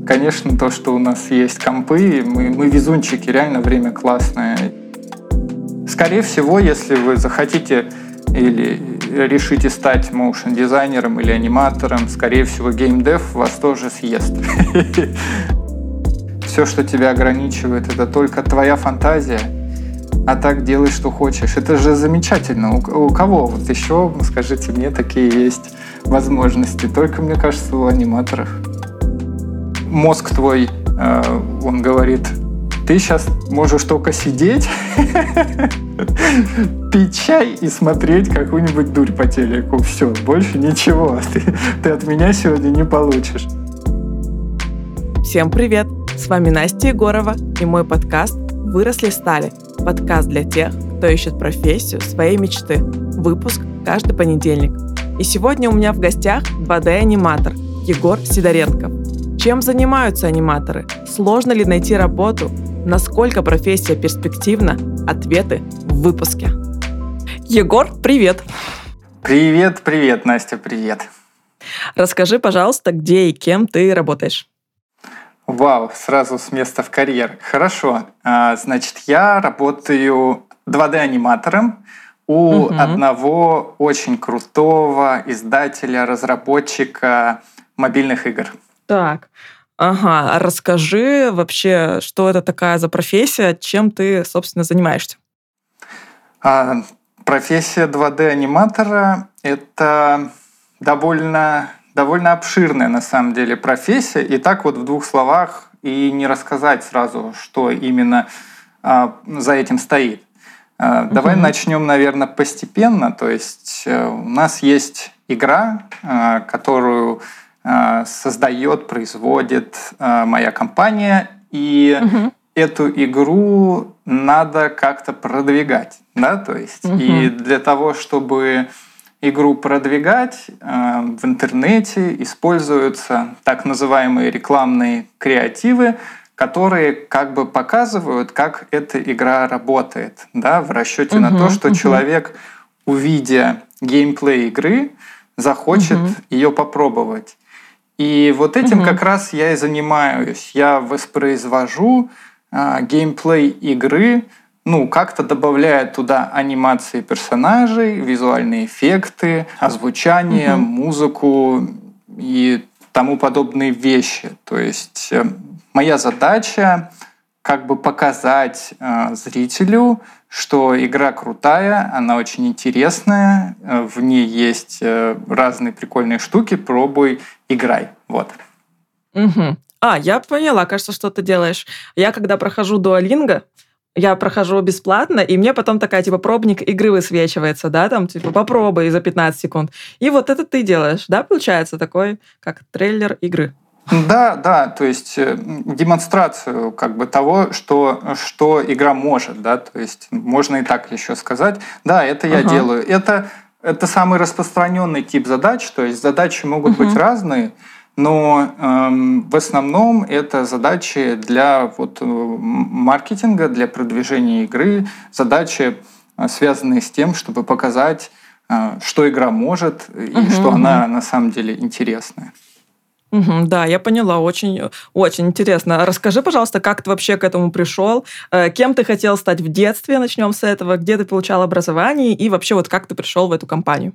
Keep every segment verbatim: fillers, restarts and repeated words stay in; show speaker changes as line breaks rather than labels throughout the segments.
Конечно, то, что у нас есть компы, мы, мы везунчики, реально время классное. Скорее всего, если вы захотите или решите стать моушн-дизайнером или аниматором, скорее всего, геймдев вас тоже съест. Все, что тебя ограничивает, это только твоя фантазия, а так делай, что хочешь. Это же замечательно. У, у кого вот еще, скажите мне, такие есть возможности? Только, мне кажется, у аниматоров. Мозг твой, э, он говорит, ты сейчас можешь только сидеть, пить чай и смотреть какую-нибудь дурь по телеку. Все, больше ничего. Ты, ты от меня сегодня не получишь.
Всем привет! С вами Настя Егорова и мой подкаст «Выросли стали». Подкаст для тех, кто ищет профессию своей мечты. Выпуск каждый понедельник. И сегодня у меня в гостях два дэ-аниматор Егор Сидоренков. Чем занимаются аниматоры? Сложно ли найти работу? Насколько профессия перспективна? Ответы в выпуске. Егор, привет!
Привет, привет, Настя, привет.
Расскажи, пожалуйста, где и кем ты работаешь?
Вау, сразу с места в карьер. Хорошо. Значит, я работаю два дэ-аниматором у угу. одного очень крутого издателя, разработчика мобильных игр.
Так, ага. А расскажи вообще, что это такая за профессия, чем ты, собственно, занимаешься?
А, профессия два дэ-аниматора — это довольно... Довольно обширная, на самом деле, профессия. И так вот в двух словах и не рассказать сразу, что именно а, за этим стоит. А, uh-huh. Давай начнем, наверное, постепенно. То есть а, у нас есть игра, а, которую а, создает, производит а, моя компания. И uh-huh. эту игру надо как-то продвигать. Да? То есть, uh-huh. и для того, чтобы... игру продвигать, в интернете используются так называемые рекламные креативы, которые как бы показывают, как эта игра работает, да, в расчете uh-huh, на то, что uh-huh. человек, увидя геймплей игры, захочет uh-huh. ее попробовать. И вот этим uh-huh. как раз я и занимаюсь. Я воспроизвожу а, геймплей игры, ну, как-то добавляя туда анимации персонажей, визуальные эффекты, озвучание, угу. музыку и тому подобные вещи. То есть моя задача как бы показать э, зрителю, что игра крутая, она очень интересная, э, в ней есть э, разные прикольные штуки, пробуй, играй. Вот.
Угу. А, я поняла, кажется, что ты делаешь. Я когда прохожу Duolingo, я прохожу бесплатно, и мне потом такая, типа, пробник игры высвечивается, да, там, типа, попробуй за пятнадцать секунд. И вот это ты делаешь, да, получается, такой, как трейлер игры?
Да, да, то есть демонстрацию как бы того, что, что игра может, да, то есть можно и так еще сказать. Да, это я ага. делаю. Это, это самый распространенный тип задач, то есть задачи могут угу. быть разные, но эм, в основном это задачи для вот, маркетинга, для продвижения игры, задачи, связанные с тем, чтобы показать, э, что игра может и угу, что угу. она на самом деле интересная.
Угу, да, я поняла, очень, очень интересно. Расскажи, пожалуйста, как ты вообще к этому пришел, э, кем ты хотел стать в детстве, начнем с этого, где ты получал образование и вообще вот как ты пришел в эту компанию?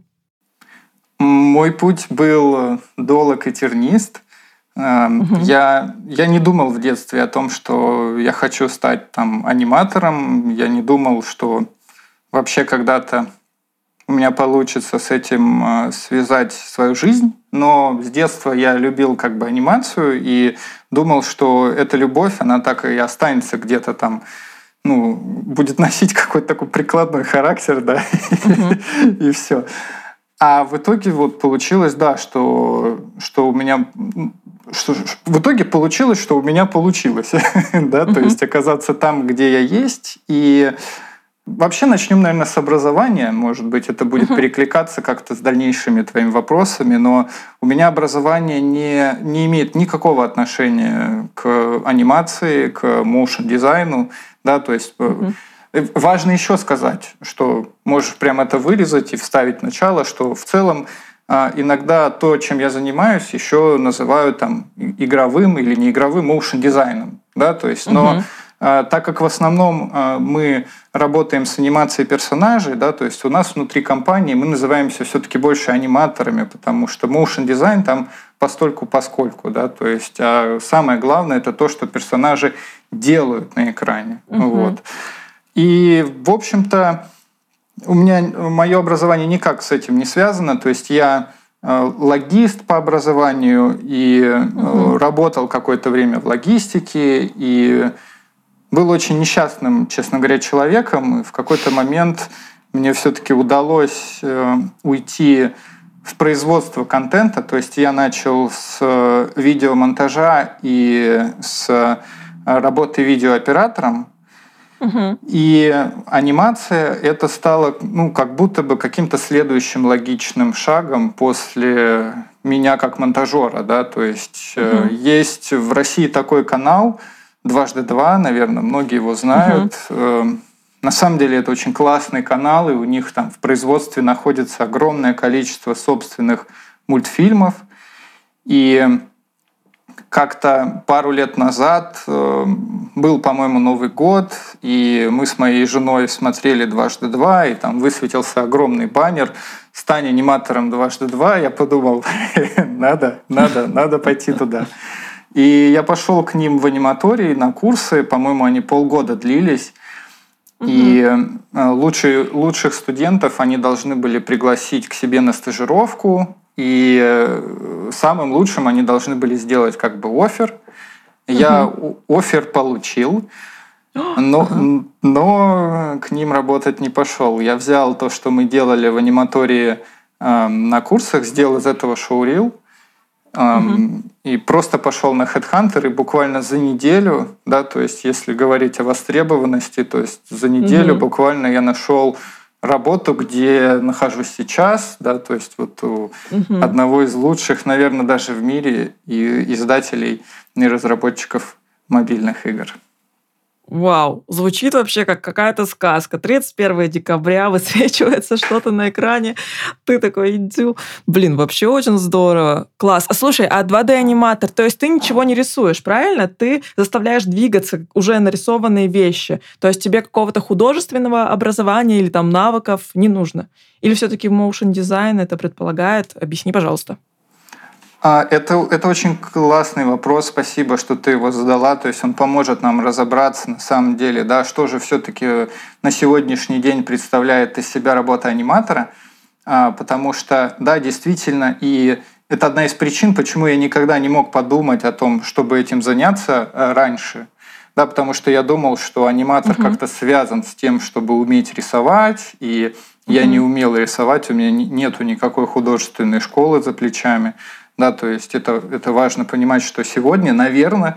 Мой путь был долг и тернист. Угу. Я, я не думал в детстве о том, что я хочу стать там, аниматором. Я не думал, что вообще когда-то у меня получится с этим связать свою жизнь. Но с детства я любил как бы анимацию и думал, что эта любовь, она так и останется где-то там, ну, будет носить какой-то такой прикладной характер, да, угу. и все. А в итоге вот получилось, да, что, что у меня... Что, в итоге получилось, что у меня получилось. да? Uh-huh. То есть оказаться там, где я есть. И вообще начнем, наверное, с образования. Может быть, это будет uh-huh. перекликаться как-то с дальнейшими твоими вопросами. Но у меня образование не, не имеет никакого отношения к анимации, к моушн-дизайну. Да? То есть... Uh-huh. Важно еще сказать, что можешь прямо это вырезать и вставить в начало, что в целом иногда то, чем я занимаюсь, еще называют там игровым или неигровым моушн-дизайном. Да? То есть, но uh-huh. так как в основном мы работаем с анимацией персонажей, да, то есть у нас внутри компании мы называемся все-таки больше аниматорами, потому что моушн-дизайн там постольку-поскольку. Да, то есть, а самое главное – это то, что персонажи делают на экране. Uh-huh. Вот. И, в общем-то, у меня мое образование никак с этим не связано. То есть я логист по образованию и uh-huh. работал какое-то время в логистике, и был очень несчастным, честно говоря, человеком. И в какой-то момент мне все-таки удалось уйти в производство контента. То есть я начал с видеомонтажа и с работы видеооператором. Uh-huh. И анимация это стало, ну, как будто бы каким-то следующим логичным шагом после меня как монтажера, да, то есть uh-huh. есть в России такой канал «Дважды два», наверное, многие его знают. Uh-huh. На самом деле это очень классный канал, и у них там в производстве находится огромное количество собственных мультфильмов. И как-то пару лет назад э, был, по-моему, Новый год, и мы с моей женой смотрели «Дважды два», и там высветился огромный баннер «Стань аниматором дважды два». Я подумал, надо, надо, надо пойти туда. И я пошел к ним в аниматории на курсы, по-моему, они полгода длились. Угу. И лучшие, лучших студентов они должны были пригласить к себе на стажировку, и самым лучшим они должны были сделать как бы оффер. Я угу. оффер получил, но, ага. но к ним работать не пошел. Я взял то, что мы делали в аниматории э, на курсах, сделал из этого шоурил, э, угу. и просто пошел на HeadHunter, и буквально за неделю, да, то есть если говорить о востребованности, то есть за неделю угу. буквально я нашел работу, где нахожусь сейчас, да, то есть вот у угу. одного из лучших, наверное, даже в мире и издателей и разработчиков мобильных игр.
Вау, звучит вообще как какая-то сказка. тридцать первого декабря высвечивается что-то на экране. Ты такой, иди. Блин, вообще очень здорово. Класс. А слушай, а два дэ-аниматор, то есть ты ничего не рисуешь, правильно? Ты заставляешь двигаться уже нарисованные вещи. То есть тебе какого-то художественного образования или там навыков не нужно? Или все-таки motion дизайн это предполагает? Объясни, пожалуйста.
Это, это очень классный вопрос, спасибо, что ты его задала, то есть он поможет нам разобраться на самом деле, да, что же все-таки на сегодняшний день представляет из себя работа аниматора, потому что, да, действительно, и это одна из причин, почему я никогда не мог подумать о том, чтобы этим заняться раньше, да, потому что я думал, что аниматор uh-huh. как-то связан с тем, чтобы уметь рисовать, и uh-huh. я не умел рисовать, у меня нету никакой художественной школы за плечами. Да, то есть это, это важно понимать, что сегодня, наверное,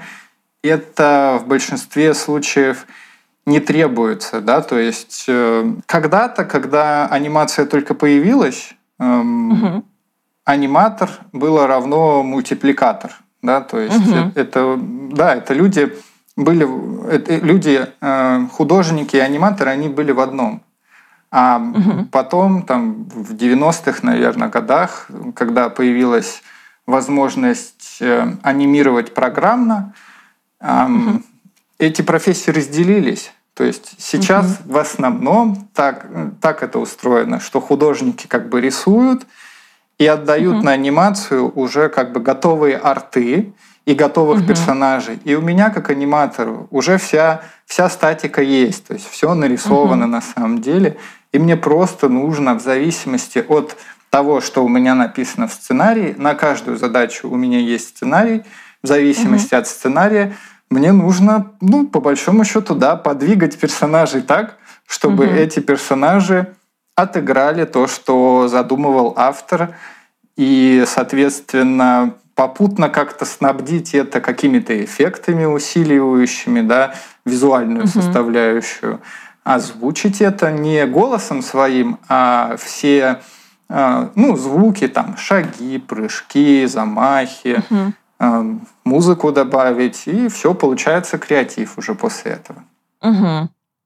это в большинстве случаев не требуется. Да? То есть э, когда-то, когда анимация только появилась, эм, угу. аниматор было равно мультипликатор. Да? То есть угу. это, это, да, это люди, были, это люди э, художники и аниматоры, они были в одном. А угу. потом, там, в девяностых, наверное, годах, когда появилась возможность э, анимировать программно, э, uh-huh. эти профессии разделились. То есть сейчас uh-huh. в основном так, так это устроено, что художники как бы рисуют и отдают uh-huh. на анимацию уже как бы готовые арты и готовых uh-huh. персонажей. И у меня как аниматор уже вся, вся статика есть, то есть все нарисовано uh-huh. на самом деле. И мне просто нужно в зависимости от того, что у меня написано в сценарии, на каждую задачу у меня есть сценарий, в зависимости угу. от сценария, мне нужно, ну, по большому счету, да, подвигать персонажей так, чтобы угу. эти персонажи отыграли то, что задумывал автор, и, соответственно, попутно как-то снабдить это какими-то эффектами усиливающими, да, визуальную угу. составляющую, озвучить это не голосом своим, а все ну, звуки, там, шаги, прыжки, замахи, угу. музыку добавить, и все, получается креатив уже после этого.
Угу.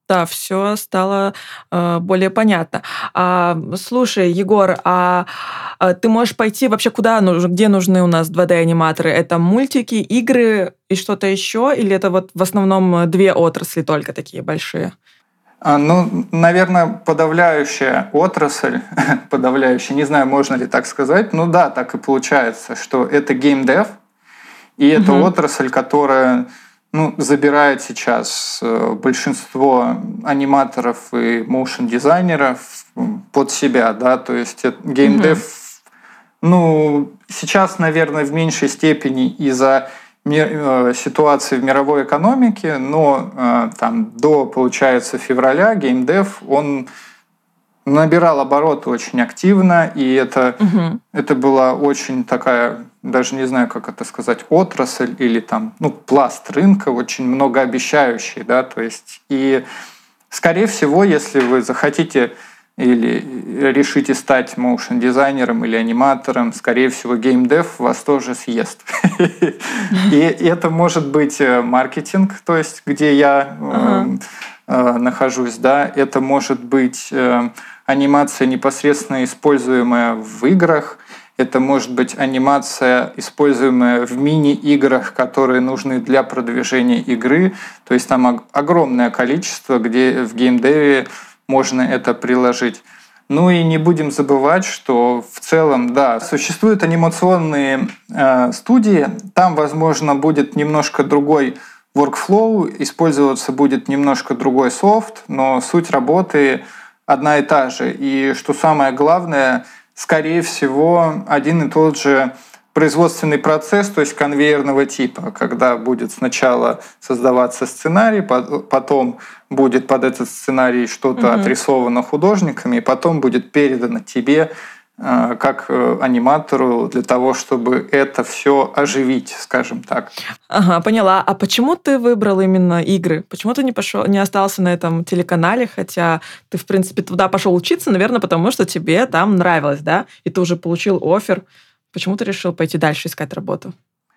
Да, все стало э, более понятно. А, слушай, Егор, а, а ты можешь пойти вообще куда нужно, где нужны у нас два дэ-аниматоры? Это мультики, игры и что-то еще? Или это вот в основном две отрасли только такие большие?
А, Ну, наверное, подавляющая отрасль, подавляющая, не знаю, можно ли так сказать, ну да, так и получается, что это геймдев, и это
Мгм.
отрасль, которая ну, забирает сейчас э, большинство аниматоров и моушн-дизайнеров под себя, да, то есть это-
Мгм.
геймдев, ну, сейчас, наверное, в меньшей степени из-за ми- э, ситуации в мировой экономике, но э, там до, получается, февраля геймдев, он набирал обороты очень активно, и это,
Мгм.
это была очень такая, даже не знаю, как это сказать, отрасль или там, ну, пласт рынка, очень многообещающий, да, то есть, и, скорее всего, если вы захотите или решите стать моушн-дизайнером или аниматором, скорее всего, геймдев вас тоже съест. И это может быть э, маркетинг, то есть где я
Ага.
э, э, нахожусь, да, это может быть э, анимация, непосредственно используемая в играх, это может быть анимация, используемая в мини-играх, которые нужны для продвижения игры. То есть там ог- огромное количество, где в геймдеве можно это приложить. Ну и не будем забывать, что в целом, да, существуют анимационные э, студии, там, возможно, будет немножко другой workflow, использоваться будет немножко другой софт, но суть работы одна и та же. И что самое главное, скорее всего, один и тот же производственный процесс, то есть конвейерного типа, когда будет сначала создаваться сценарий, потом будет под этот сценарий что-то
Мгм.
отрисовано художниками, и потом будет передано тебе э, как э, аниматору для того, чтобы это все оживить, скажем так.
Ага, поняла. А почему ты выбрал именно игры? Почему ты не пошел, не остался на этом телеканале, хотя ты, в принципе, туда пошел учиться, наверное, потому что тебе там нравилось, да? И ты уже получил оффер. Почему ты решил пойти дальше искать работу?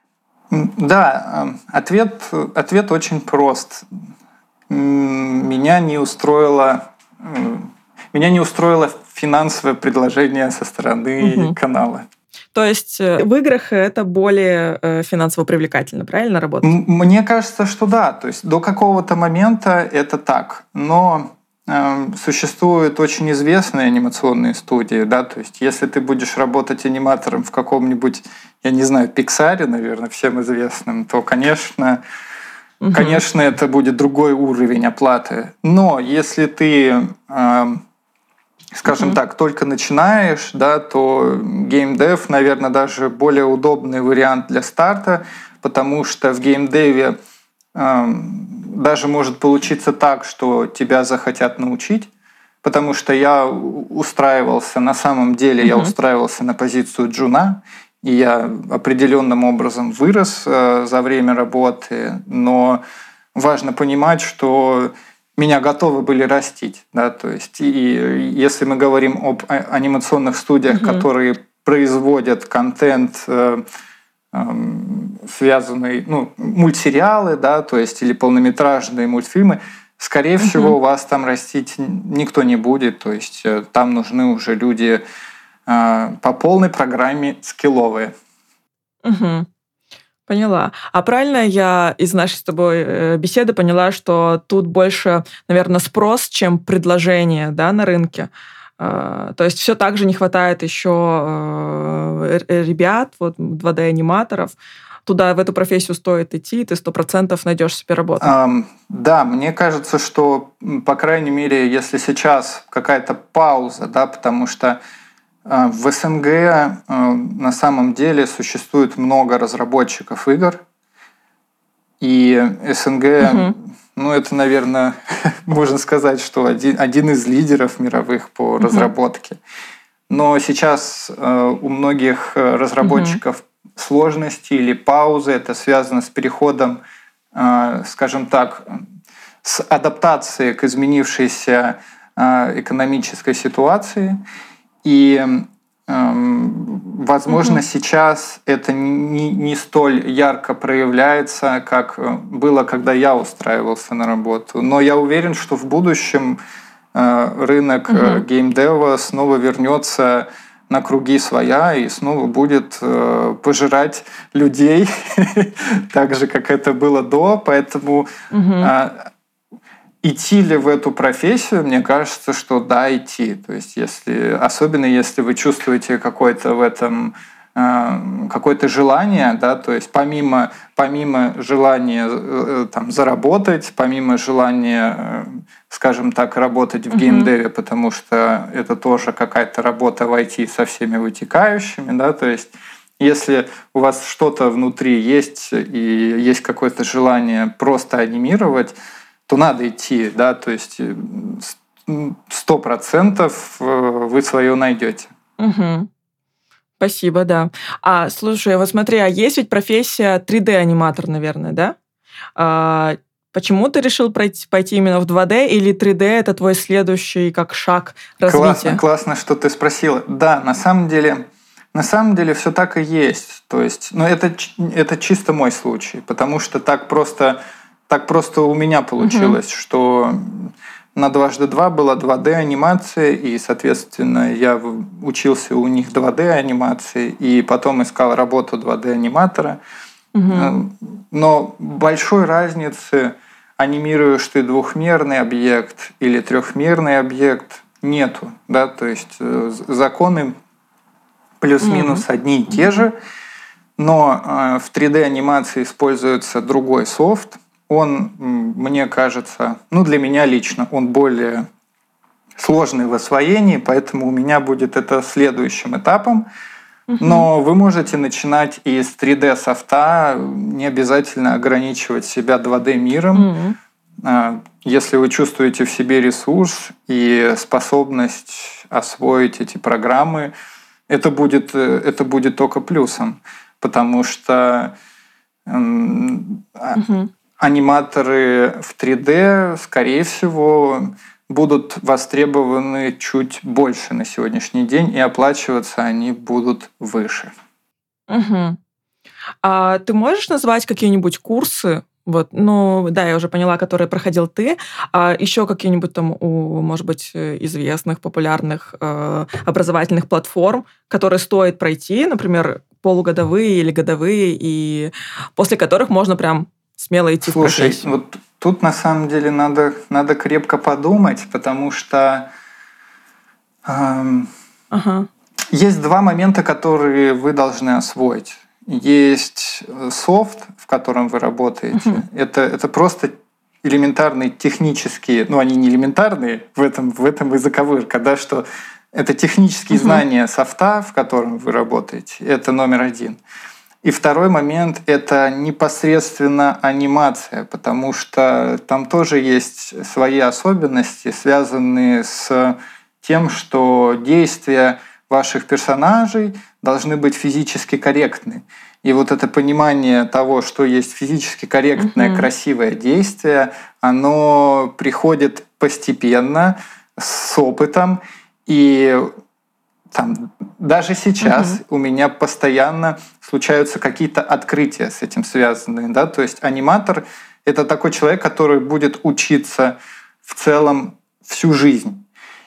М, Да, э, ответ, ответ очень прост. М, Меня не устроило, м, меня не устроило финансовое предложение со стороны
Мгм.
канала.
То есть э, в играх это более э, финансово привлекательно, правильно работать?
М, Мне кажется, что да, то есть до какого-то момента это так, но эм, существуют очень известные анимационные студии, да, то есть если ты будешь работать аниматором в каком-нибудь, я не знаю, Пиксаре, наверное, всем известным, то, конечно,
Мгм.
конечно, это будет другой уровень оплаты. Но если ты, эм, скажем
Мгм.
так, только начинаешь, да, то геймдев, наверное, даже более удобный вариант для старта, потому что в геймдеве эм, даже может получиться так, что тебя захотят научить, потому что я у- устраивался, на самом деле я
Мгм.
устраивался на позицию джуна, и я определенным образом вырос э, за время работы, но важно понимать, что меня готовы были растить, да, то есть и если мы говорим об а- анимационных студиях,
Мгм.
которые производят контент, э, эм, связанный, ну, мультсериалы, да, то есть или полнометражные мультфильмы, скорее всего,
Мгм.
вас там растить никто не будет, то есть э, там нужны уже люди э, по полной программе скилловые.
Мгм. Поняла. А правильно я из нашей с тобой э, беседы поняла, что тут больше, наверное, спрос, чем предложение, да, на рынке? А, То есть все так же не хватает еще э, р- ребят, вот два дэ-аниматоров. Туда, в эту профессию стоит идти, и ты сто процентов найдешь себе работу.
Ам, Да, мне кажется, что, м, по крайней мере, если сейчас какая-то пауза, да, потому что э, в эс эн гэ э, на самом деле существует много разработчиков игр, и эс эн гэ,
Мгм.
ну, это, наверное, можно сказать, что один, один из лидеров мировых по
Мгм.
разработке. Но сейчас э, у многих э,
Мгм.
разработчиков сложности или паузы, это связано с переходом, э, скажем так, с адаптацией к изменившейся э, экономической ситуации. И Возможно, угу. сейчас это не, не столь ярко проявляется, как было, когда я устраивался на работу. Но я уверен, что в будущем рынок угу. геймдева снова вернется на круги своя и снова будет пожирать людей, так же, как это было до. Поэтому угу. идти ли в эту профессию, мне кажется, что да, идти. То есть, если, особенно если вы чувствуете какое-то в этом э, какое-то желание, да, то есть помимо, помимо желания э, там, заработать, помимо желания, э, скажем так, работать в геймдеве, mm-hmm. потому что это тоже какая-то работа в ай ти со всеми вытекающими, да, то есть если у вас что-то внутри есть и есть какое-то желание просто анимировать, то надо идти, да, то есть сто процентов вы свое найдете.
Угу. Спасибо, да. А, слушай, вот смотри, а есть ведь профессия три дэ-аниматор, наверное, да? А, почему ты решил пройти, пойти именно в два дэ, или три дэ – это твой следующий как шаг развития?
Классно, классно, что ты спросила. Да, на самом деле, на самом деле все так и есть. То есть, но это, это чисто мой случай, потому что так просто... Так просто у меня получилось, uh-huh. что на дважды два была два дэ-анимация, и, соответственно, я учился у них два дэ-анимации, и потом искал работу два дэ-аниматора. Uh-huh. Но большой разницы, анимируешь ты двухмерный объект или трехмерный объект, нету. Да? То есть законы плюс-минус uh-huh. одни и те же, но в три дэ-анимации используется другой софт. Он, мне кажется, ну для меня лично, он более сложный в освоении, поэтому у меня будет это следующим этапом. Uh-huh. Но вы можете начинать из три дэ-софта, не обязательно ограничивать себя два дэ-миром. Uh-huh. Если вы чувствуете в себе ресурс и способность освоить эти программы, это будет, это будет только плюсом, потому что... Uh-huh. аниматоры в три дэ, скорее всего, будут востребованы чуть больше на сегодняшний день, и оплачиваться они будут выше.
Угу. А ты можешь назвать какие-нибудь курсы? Вот, ну, да, я уже поняла, которые проходил ты. А еще какие-нибудь там у, может быть, известных, популярных э, образовательных платформ, которые стоит пройти, например, полугодовые или годовые, и после которых можно прям смело идти
Слушай,
в профессию.
Вот тут на самом деле надо, надо крепко подумать, потому что эм, ага. есть два момента, которые вы должны освоить. Есть софт, в котором вы работаете. Uh-huh. Это, это просто элементарные технические, ну они не элементарные, в этом, в этом и заковырка, да, что это технические uh-huh. знания софта, в котором вы работаете. Это номер один. И второй момент – это непосредственно анимация, потому что там тоже есть свои особенности, связанные с тем, что действия ваших персонажей должны быть физически корректны. И вот это понимание того, что есть физически корректное, mm-hmm. красивое действие, оно приходит постепенно, с опытом, и там, даже сейчас uh-huh. у меня постоянно случаются какие-то открытия с этим связанные. Да? То есть аниматор — это такой человек, который будет учиться в целом всю жизнь.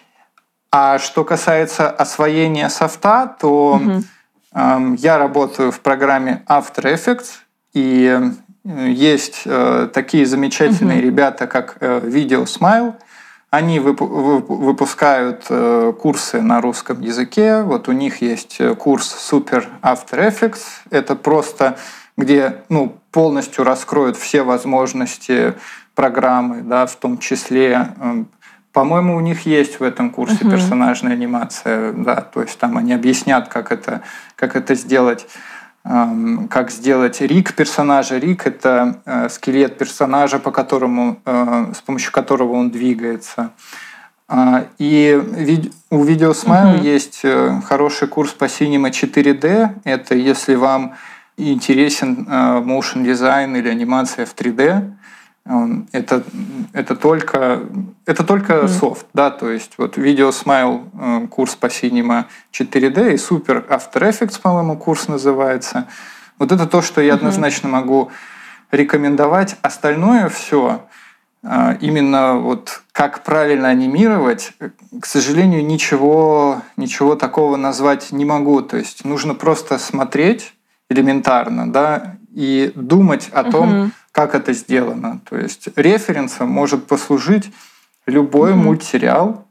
А что касается освоения софта, то uh-huh. э, я работаю в программе After Effects, и есть э, такие замечательные uh-huh. ребята, как э, Video Smile. Они выпускают курсы на русском языке. Вот у них есть курс Super After Effects. Это просто где ну, полностью раскроют все возможности программы, да, в том числе. По-моему, у них есть в этом курсе uh-huh. персонажная анимация. Да, то есть там они объяснят, как это, как это сделать. Как сделать риг персонажа. Риг — это э, скелет персонажа, по которому, э, с помощью которого он двигается. Э, и ви- у Video Smile uh-huh. есть э, хороший курс по Cinema четыре дэ. Это если вам интересен э, motion дизайн или анимация в три дэ. Это, это только, это только mm-hmm. софт, да, то есть вот Video Smile курс по Cinema четыре дэ и Super After Effects, по-моему, курс называется. Вот это то, что я mm-hmm. однозначно могу рекомендовать. Остальное все, именно вот как правильно анимировать, к сожалению, ничего, ничего такого назвать не могу. То есть нужно просто смотреть элементарно, да, и думать о том, uh-huh. как это сделано. То есть референсом может послужить любой uh-huh. мультсериал,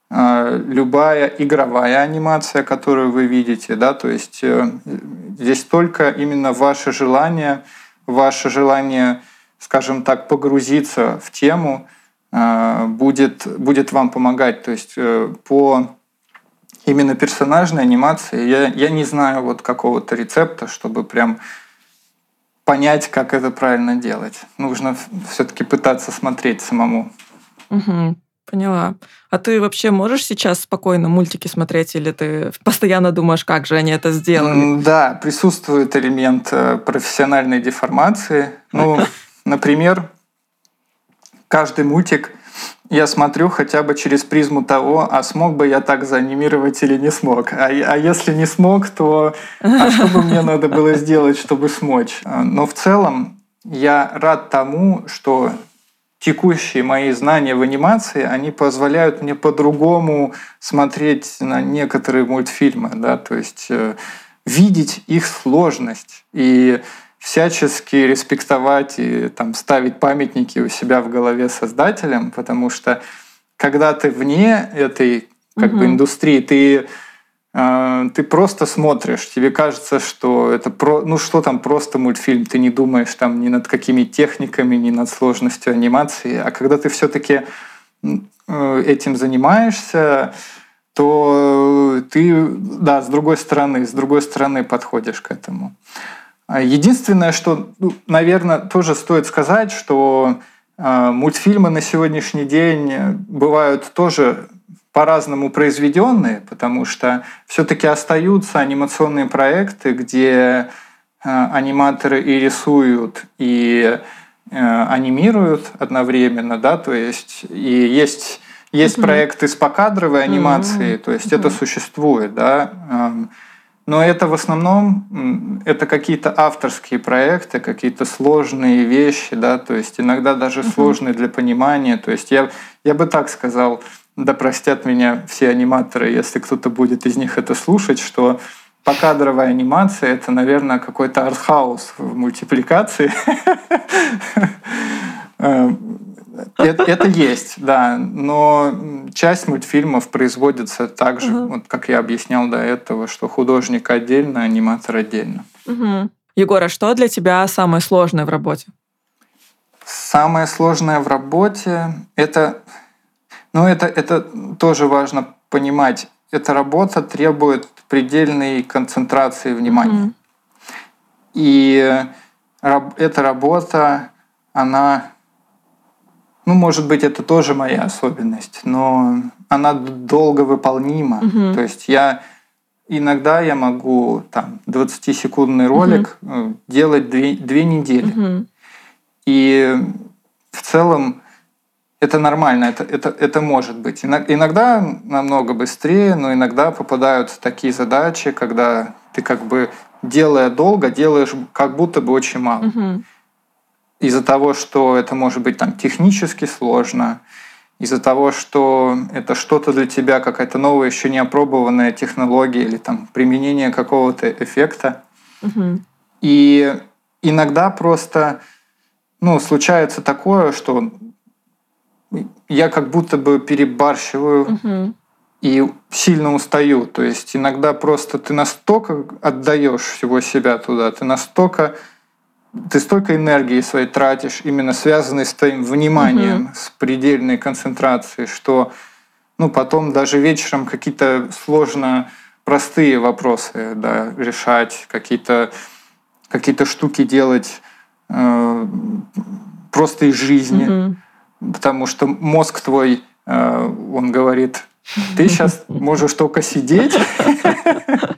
любая игровая анимация, которую вы видите, да, то есть здесь только именно ваше желание, ваше желание, скажем так, погрузиться в тему будет, будет вам помогать. То есть по именно персонажной анимации я, я не знаю вот какого-то рецепта, чтобы прям понять, как это правильно делать. Нужно все-таки пытаться смотреть самому.
Угу, поняла. А ты вообще можешь сейчас спокойно мультики смотреть, или ты постоянно думаешь, как же они это сделали?
Да, присутствует элемент профессиональной деформации. Ну, например, каждый мультик я смотрю хотя бы через призму того, а смог бы я так заанимировать или не смог. А, а если не смог, то а что бы мне надо было сделать, чтобы смочь? Но в целом я рад тому, что текущие мои знания в анимации, они позволяют мне по-другому смотреть на некоторые мультфильмы, да, то есть э, видеть их сложность и всячески респектовать и там, ставить памятники у себя в голове создателям, потому что когда ты вне этой как угу. бы, индустрии, ты, э, ты просто смотришь, тебе кажется, что это про, ну что там просто мультфильм, ты не думаешь там ни над какими техниками, ни над сложностью анимации, а когда ты все-таки э, этим занимаешься, то ты, да, с другой стороны, с другой стороны подходишь к этому. Единственное, что, ну, наверное, тоже стоит сказать, что э, мультфильмы на сегодняшний день бывают тоже по-разному произведенные, потому что все-таки остаются анимационные проекты, где э, аниматоры и рисуют, и э, анимируют одновременно, да, то есть и есть, есть mm-hmm. проекты с покадровой анимацией, mm-hmm. то есть mm-hmm. это существует, да. Э, Но это в основном это какие-то авторские проекты, какие-то сложные вещи, да, то есть иногда даже uh-huh. сложные для понимания. То есть я, я бы так сказал, да простят меня все аниматоры, если кто-то будет из них это слушать, что покадровая анимация — это, наверное, какой-то артхаус в мультипликации. Это, это есть, да, но часть мультфильмов производится так же, uh-huh. вот как я объяснял до этого, что художник отдельно, аниматор отдельно.
Uh-huh. Егор, а что для тебя самое сложное в работе?
Самое сложное в работе — это, ну это, это тоже важно понимать, эта работа требует предельной концентрации внимания. Uh-huh. И эта работа, она... Ну, может быть, это тоже моя особенность, но она долго выполнима. Uh-huh. То есть я иногда я могу там двадцатисекундный ролик uh-huh. делать две, две недели. Uh-huh. И в целом это нормально, это, это, это может быть. Иногда намного быстрее, но иногда попадаются такие задачи, когда ты как бы, делая долго, делаешь как будто бы очень мало. Uh-huh. Из-за того, что это может быть там технически сложно, из-за того, что это что-то для тебя, какая-то новая, еще не опробованная технология или там применение какого-то эффекта. Uh-huh. И иногда просто ну, случается такое, что я как будто бы перебарщиваю uh-huh. и сильно устаю. То есть иногда просто ты настолько отдаешь всего себя туда, ты настолько... Ты столько энергии своей тратишь, именно связанной с твоим вниманием, uh-huh. с предельной концентрацией, что ну, потом даже вечером какие-то сложно простые вопросы да, решать, какие-то, какие-то штуки делать э, просто из жизни. Uh-huh. Потому что мозг твой, э, он говорит, ты сейчас можешь только сидеть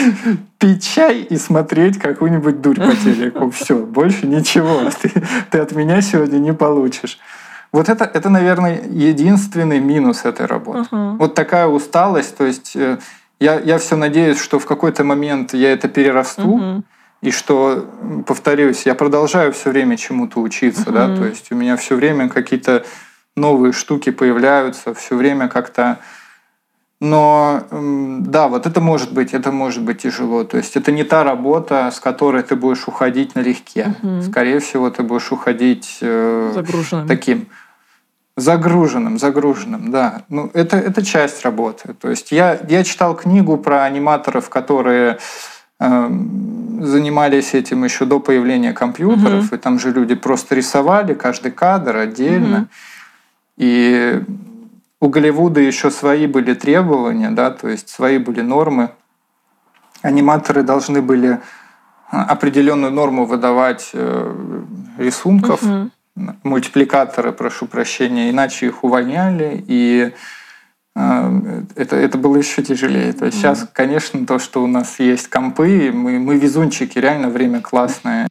пить чай и смотреть какую-нибудь дурь по телеку. Все, больше ничего. Ты, ты от меня сегодня не получишь. Вот это, это, наверное, единственный минус этой работы. Uh-huh. Вот такая усталость. То есть я, я все надеюсь, что в какой-то момент я это перерасту. Uh-huh. И что, повторюсь, я продолжаю все время чему-то учиться. Uh-huh. Да? То есть у меня все время какие-то новые штуки появляются, все время как-то... Но да, вот это может быть, это может быть тяжело. То есть это не та работа, с которой ты будешь уходить налегке. Угу. Скорее всего, ты будешь уходить э, загруженным. таким загруженным, загруженным, да. Ну, это, это часть работы. То есть я, я читал книгу про аниматоров, которые э, занимались этим еще до появления компьютеров, угу. и там же люди просто рисовали каждый кадр отдельно. Угу. И у Голливуда еще свои были требования, да, то есть свои были нормы. Аниматоры должны были определенную норму выдавать рисунков, угу. мультипликаторы, прошу прощения, иначе их увольняли, и это, это было еще тяжелее. То есть угу. сейчас, конечно, то, что у нас есть компы, мы, мы везунчики, реально время классное.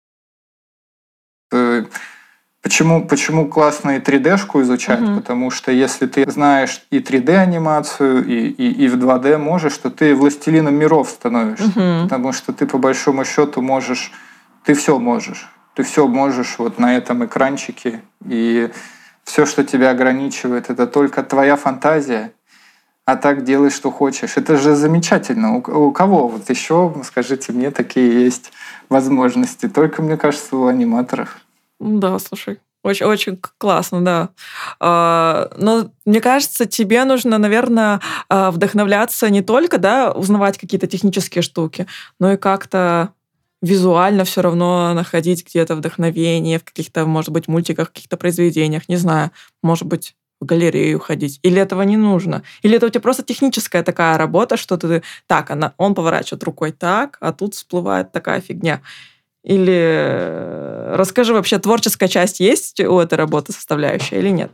Почему, почему классно и три дэ-шку изучать? Uh-huh. Потому что если ты знаешь и три дэ-анимацию, и, и, и в два дэ можешь, то ты властелином миров становишься. Uh-huh. Потому что ты по большому счету можешь, ты все можешь. Ты все можешь вот на этом экранчике. И все, что тебя ограничивает, это только твоя фантазия. А так делай, что хочешь. Это же замечательно. У, у кого вот еще, скажите мне, такие есть возможности? Только, мне кажется, у аниматоров.
Да, слушай, очень, очень классно, да. Но мне кажется, тебе нужно, наверное, вдохновляться не только, да, узнавать какие-то технические штуки, но и как-то визуально все равно находить где-то вдохновение в каких-то, может быть, мультиках, каких-то произведениях, не знаю, может быть, в галерею ходить. Или этого не нужно? Или это у тебя просто техническая такая работа, что ты так, она, он поворачивает рукой так, а тут всплывает такая фигня. Или расскажи, вообще творческая часть есть у этой работы составляющая или нет?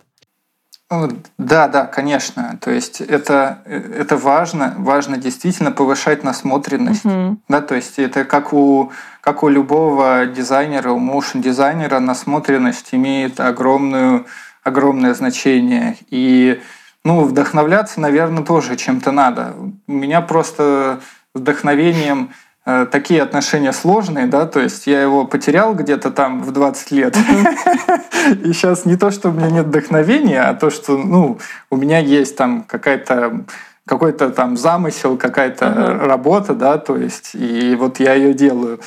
Да, да, конечно. То есть это, это важно, важно действительно повышать насмотренность. Uh-huh. Да, то есть это как у, как у любого дизайнера, у моушн-дизайнера насмотренность имеет огромную, огромное значение. И ну, вдохновляться, наверное, тоже чем-то надо. У меня просто вдохновением такие отношения сложные, да, то есть я его потерял где-то там в двадцать лет, uh-huh. и сейчас не то, что у меня нет вдохновения, а то, что, ну, у меня есть там какая-то какой-то там замысел, какая-то uh-huh. работа, да, то есть, и вот я ее делаю.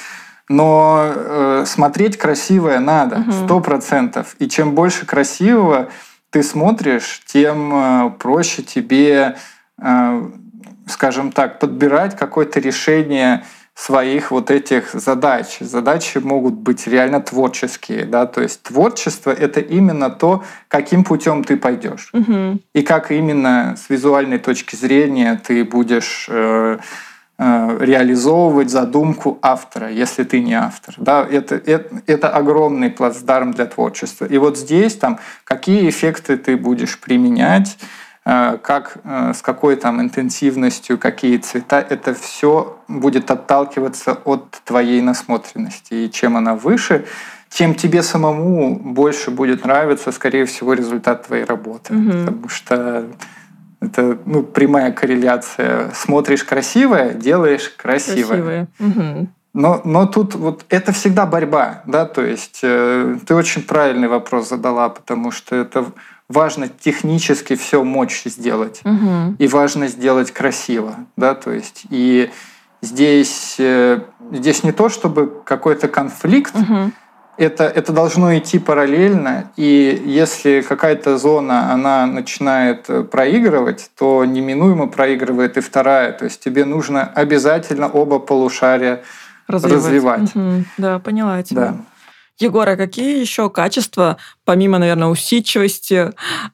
Но э, смотреть красивое надо, сто процентов. Uh-huh. И чем больше красивого ты смотришь, тем э, проще тебе, э, скажем так, подбирать какое-то решение своих вот этих задач. Задачи могут быть реально творческие, да, то есть творчество — это именно то, каким путем ты пойдешь, угу. и как именно с визуальной точки зрения ты будешь э, э, реализовывать задумку автора, если ты не автор, да, это, это, это огромный плацдарм для творчества. И вот здесь там какие эффекты ты будешь применять, как, с какой там интенсивностью, какие цвета, это все будет отталкиваться от твоей насмотренности. И чем она выше, тем тебе самому больше будет нравиться, скорее всего, результат твоей работы. Угу. Потому что это ну, прямая корреляция. Смотришь красивое, делаешь красивое. Красивое. Угу. Но, но тут вот это всегда борьба, да, то есть э, ты очень правильный вопрос задала, потому что это важно технически все мочь сделать, угу. и важно сделать красиво, да, то есть и здесь, э, здесь не то, чтобы какой-то конфликт, угу. это, это должно идти параллельно, и если какая-то зона, она начинает проигрывать, то неминуемо проигрывает и вторая, то есть тебе нужно обязательно оба полушария развивать. развивать.
Угу. Да, поняла тебя. Да. Егор, а какие еще качества, помимо, наверное, усидчивости,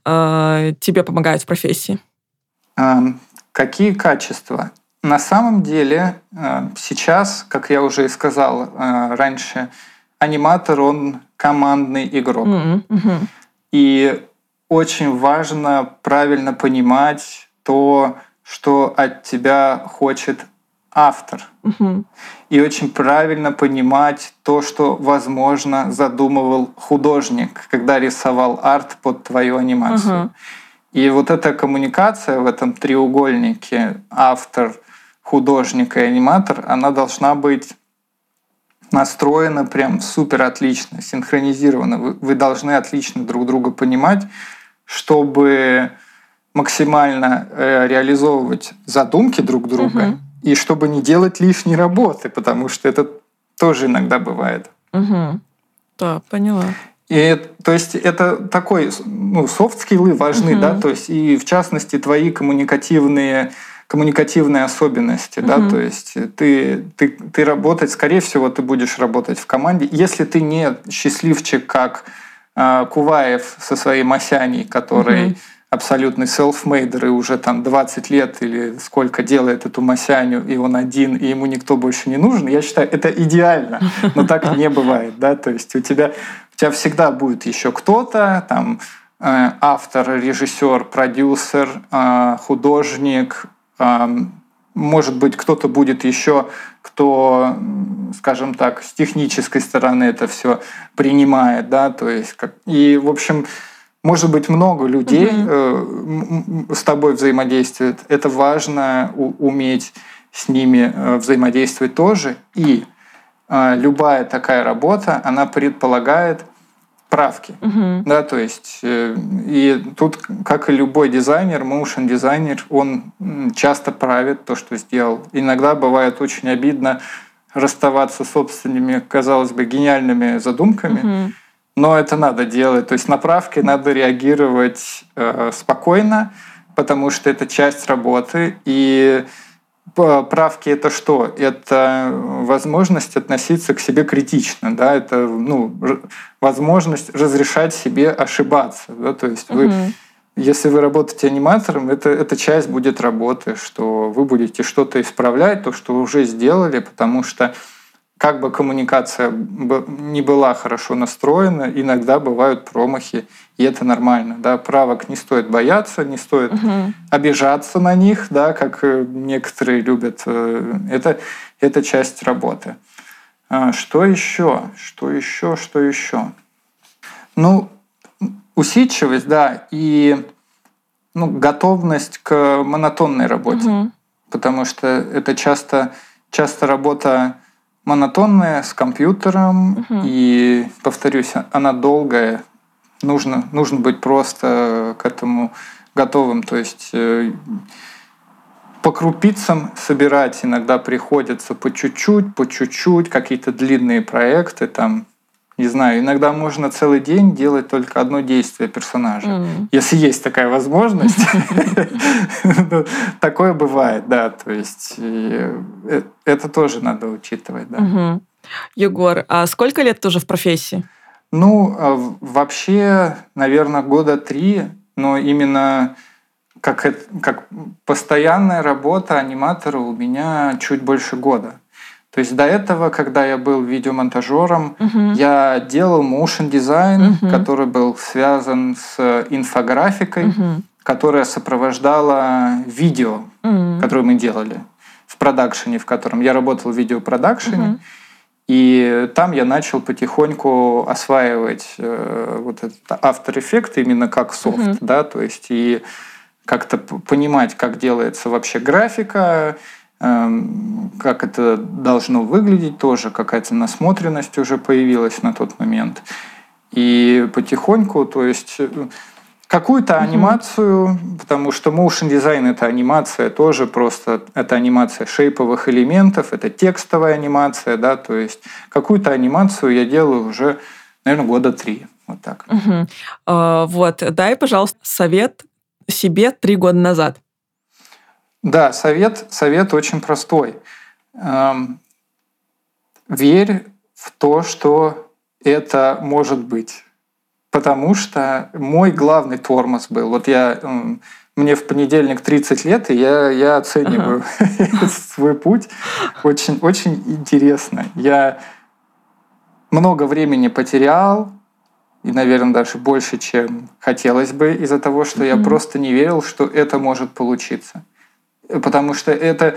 тебе помогают в профессии?
Какие качества? На самом деле сейчас, как я уже и сказал раньше, аниматор, он командный игрок. Mm-hmm. И очень важно правильно понимать то, что от тебя хочет автор.
Угу.
И очень правильно понимать то, что, возможно, задумывал художник, когда рисовал арт под твою анимацию.
Угу.
И вот эта коммуникация в этом треугольнике автор, художник и аниматор, она должна быть настроена прям супер отлично, синхронизирована. Вы, вы должны отлично друг друга понимать, чтобы максимально э, реализовывать задумки друг друга, угу. и чтобы не делать лишней работы, потому что это тоже иногда бывает.
Угу. Да, поняла.
И, то есть это такой, ну, софт-скиллы важны, угу. да, то есть и в частности твои коммуникативные, коммуникативные особенности, угу. да, то есть ты, ты, ты работать, скорее всего, ты будешь работать в команде, если ты не счастливчик, как э, Куваев со своей Масяней, который угу. абсолютный селфмейдер и уже там двадцать лет или сколько делает эту Масяню, и он один, и ему никто больше не нужен, я считаю, это идеально, но так не бывает, да, то есть у тебя У тебя всегда будет еще кто-то, там, э, автор, режиссер, продюсер, э, художник. Э, может быть, кто-то будет еще, кто, скажем так, с технической стороны это все принимает, да, то есть как... И, в общем, может быть, много людей э, с тобой взаимодействует. Это важно у- уметь с ними э, взаимодействовать тоже. И любая такая работа, она предполагает правки.
Uh-huh.
Да, то есть, и тут, как и любой дизайнер, моушн-дизайнер, он часто правит то, что сделал. Иногда бывает очень обидно расставаться с собственными, казалось бы, гениальными задумками, uh-huh. но это надо делать. То есть на правки надо реагировать э, спокойно, потому что это часть работы, и правки — это что? Это возможность относиться к себе критично, да? Это, ну, возможность разрешать себе ошибаться. Да? То есть вы, угу. если вы работаете аниматором, это, эта часть будет работы, что вы будете что-то исправлять, то, что уже сделали, потому что как бы коммуникация не была хорошо настроена, иногда бывают промахи, и это нормально. Да? Правок не стоит бояться, не стоит угу. обижаться на них, да, как некоторые любят. Это, это часть работы. Что еще? Что еще? Что еще? Ну, усидчивость, да, и ну, готовность к монотонной работе. Угу. Потому что это часто, часто работа монотонная, с компьютером, угу. и, повторюсь, она долгая. Нужно, нужно быть просто к этому готовым. То есть э, по крупицам собирать иногда приходится по чуть-чуть, по чуть-чуть, какие-то длинные проекты, там, не знаю, иногда можно целый день делать только одно действие персонажа. Mm. Если есть такая возможность. Такое бывает, да. То есть это тоже надо учитывать, да.
Егор, а сколько лет ты уже в профессии?
Ну, вообще, наверное, года три, но именно как, как постоянная работа аниматора у меня чуть больше года. То есть до этого, когда я был видеомонтажером, uh-huh. я делал моушн-дизайн, uh-huh. который был связан с инфографикой, uh-huh. которая сопровождала видео, uh-huh. которое мы делали в продакшене, в котором я работал в видеопродакшене. Uh-huh. И там я начал потихоньку осваивать э, вот этот After Effects именно как софт, uh-huh. да, то есть и как-то понимать, как делается вообще графика, как это должно выглядеть, тоже какая-то насмотренность уже появилась на тот момент. И потихоньку, то есть какую-то uh-huh. анимацию, потому что motion дизайн — это анимация тоже просто, это анимация шейповых элементов, это текстовая анимация, да, то есть какую-то анимацию я делаю уже, наверное, года три, вот так.
Uh-huh. Uh, вот, дай, пожалуйста, совет себе три года назад.
Да, совет, совет очень простой. Эм, верь в то, что это может быть. Потому что мой главный тормоз был. Вот я, мне в понедельник тридцать лет, и я, я оцениваю ага. свой путь. Очень, очень интересно. Я много времени потерял, и, наверное, даже больше, чем хотелось бы, из-за того, что mm-hmm. я просто не верил, что это может получиться. Потому что это,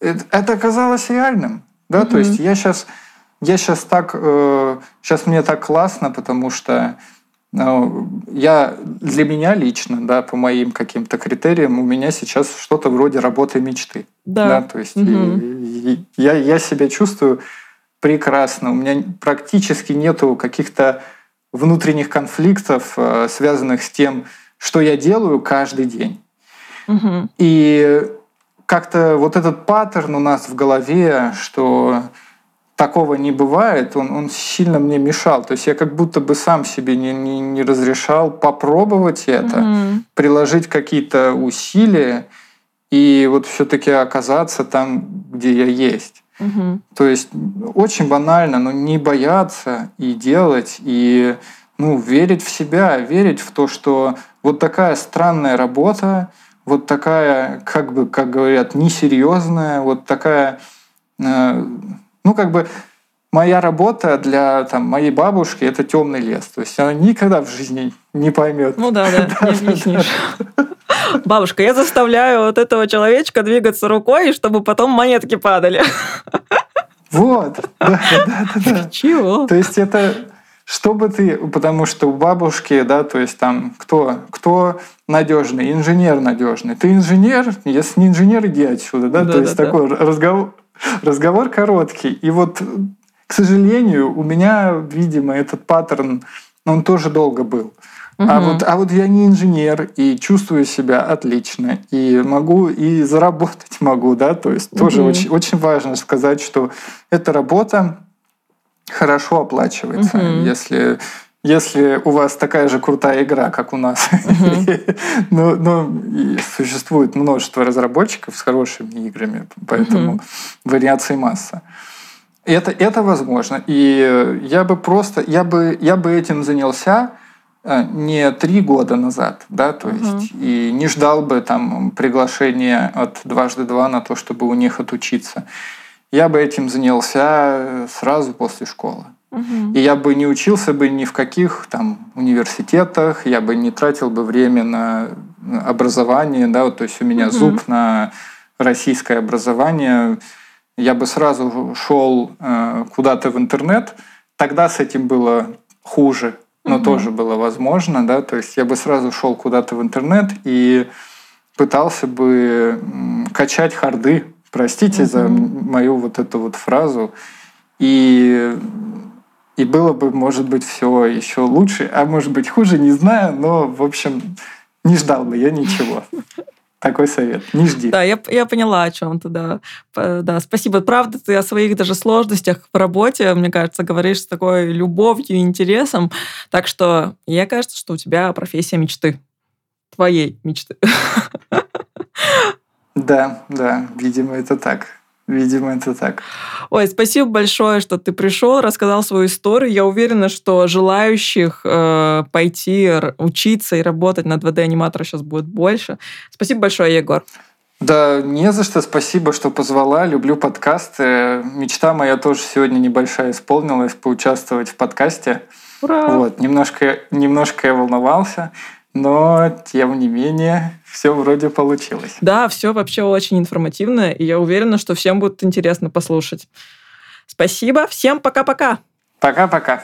это оказалось реальным. Да?
Угу.
То есть я сейчас, я сейчас так, э, сейчас мне так классно, потому что ну, я, для меня лично, да, по моим каким-то критериям, у меня сейчас что-то вроде работы мечты.
Да.
Да? То есть угу. и, и, я, я себя чувствую прекрасно. У меня практически нету каких-то внутренних конфликтов, э, связанных с тем, что я делаю каждый день.
Угу.
И как-то вот этот паттерн у нас в голове, что такого не бывает, он, он сильно мне мешал. То есть я как будто бы сам себе не, не, не разрешал попробовать это,
угу.
приложить какие-то усилия и вот все-таки оказаться там, где я есть.
Угу.
То есть очень банально, но не бояться и делать, и ну, верить в себя, верить в то, что вот такая странная работа, вот такая, как бы, как говорят, несерьезная, вот такая, э, ну, как бы, моя работа для там, моей бабушки — это темный лес. То есть она никогда в жизни не поймет.
Ну да, да, не объяснишь. Бабушка, я заставляю вот этого человечка двигаться рукой, чтобы потом монетки падали.
Вот, да, да, да, да.
Чего?
То есть это... Чтобы ты, потому что у бабушки, да, то есть там кто, кто надежный, инженер надежный. Ты инженер, если не инженер, иди отсюда, да,
да
то есть
да,
такой
да.
разговор, разговор короткий. И вот, к сожалению, у меня, видимо, этот паттерн, он тоже долго был.
Угу.
А вот, а вот я не инженер и чувствую себя отлично, и могу, и заработать могу, да, то есть угу. тоже очень, очень важно сказать, что эта работа хорошо оплачивается,
угу.
если, если у вас такая же крутая игра, как у нас.
Угу.
но, но существует множество разработчиков с хорошими играми, поэтому угу. вариаций масса. Это, это возможно. И я бы просто, я бы, я бы этим занялся не три года назад, да, то угу. есть, и не ждал бы там приглашения от дважды два на то, чтобы у них отучиться. Я бы этим занялся сразу после школы.
Угу.
И я бы не учился бы ни в каких там университетах, я бы не тратил бы время на образование, да, вот, то есть у меня угу. зуб на российское образование, я бы сразу шел э, куда-то в интернет, тогда с этим было хуже, но угу. тоже было возможно, да, то есть я бы сразу шел куда-то в интернет и пытался бы качать харды. Простите uh-huh. за мою вот эту вот фразу. И, и было бы, может быть, все еще лучше, а может быть, хуже, не знаю, но, в общем, не ждал бы я ничего. Такой совет. Не жди.
Да, я, я поняла, о чем ты, да. да. Спасибо. Правда, ты о своих даже сложностях в работе, мне кажется, говоришь с такой любовью и интересом. Так что мне кажется, что у тебя профессия мечты. Твоей мечты.
Да, да, видимо, это так. Видимо, это так.
Ой, спасибо большое, что ты пришел, рассказал свою историю. Я уверена, что желающих э, пойти учиться и работать над два дэ-аниматором сейчас будет больше. Спасибо большое, Егор.
Да, не за что. Спасибо, что позвала. Люблю подкасты. Мечта моя тоже сегодня небольшая исполнилась, поучаствовать в подкасте.
Ура!
Вот, немножко, немножко я волновался. Но, тем не менее, все вроде получилось.
Да, все вообще очень информативно, и я уверена, что всем будет интересно послушать. Спасибо, всем пока-пока.
Пока-пока.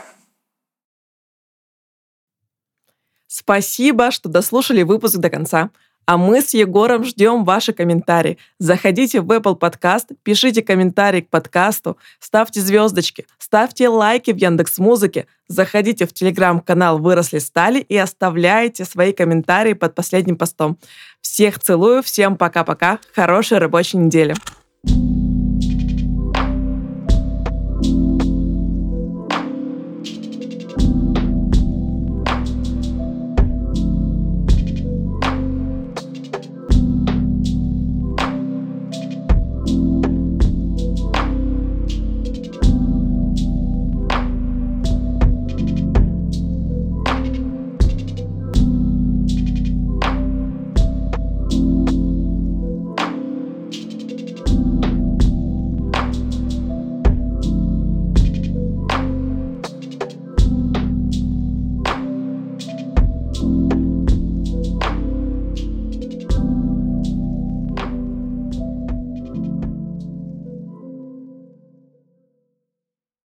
Спасибо, что дослушали выпуск до конца. А мы с Егором ждем ваши комментарии. Заходите в Apple Podcast, пишите комментарии к подкасту, ставьте звездочки, ставьте лайки в Яндекс.Музыке, заходите в телеграм-канал «Выросли стали» и оставляйте свои комментарии под последним постом. Всех целую, всем пока-пока, хорошей рабочей недели.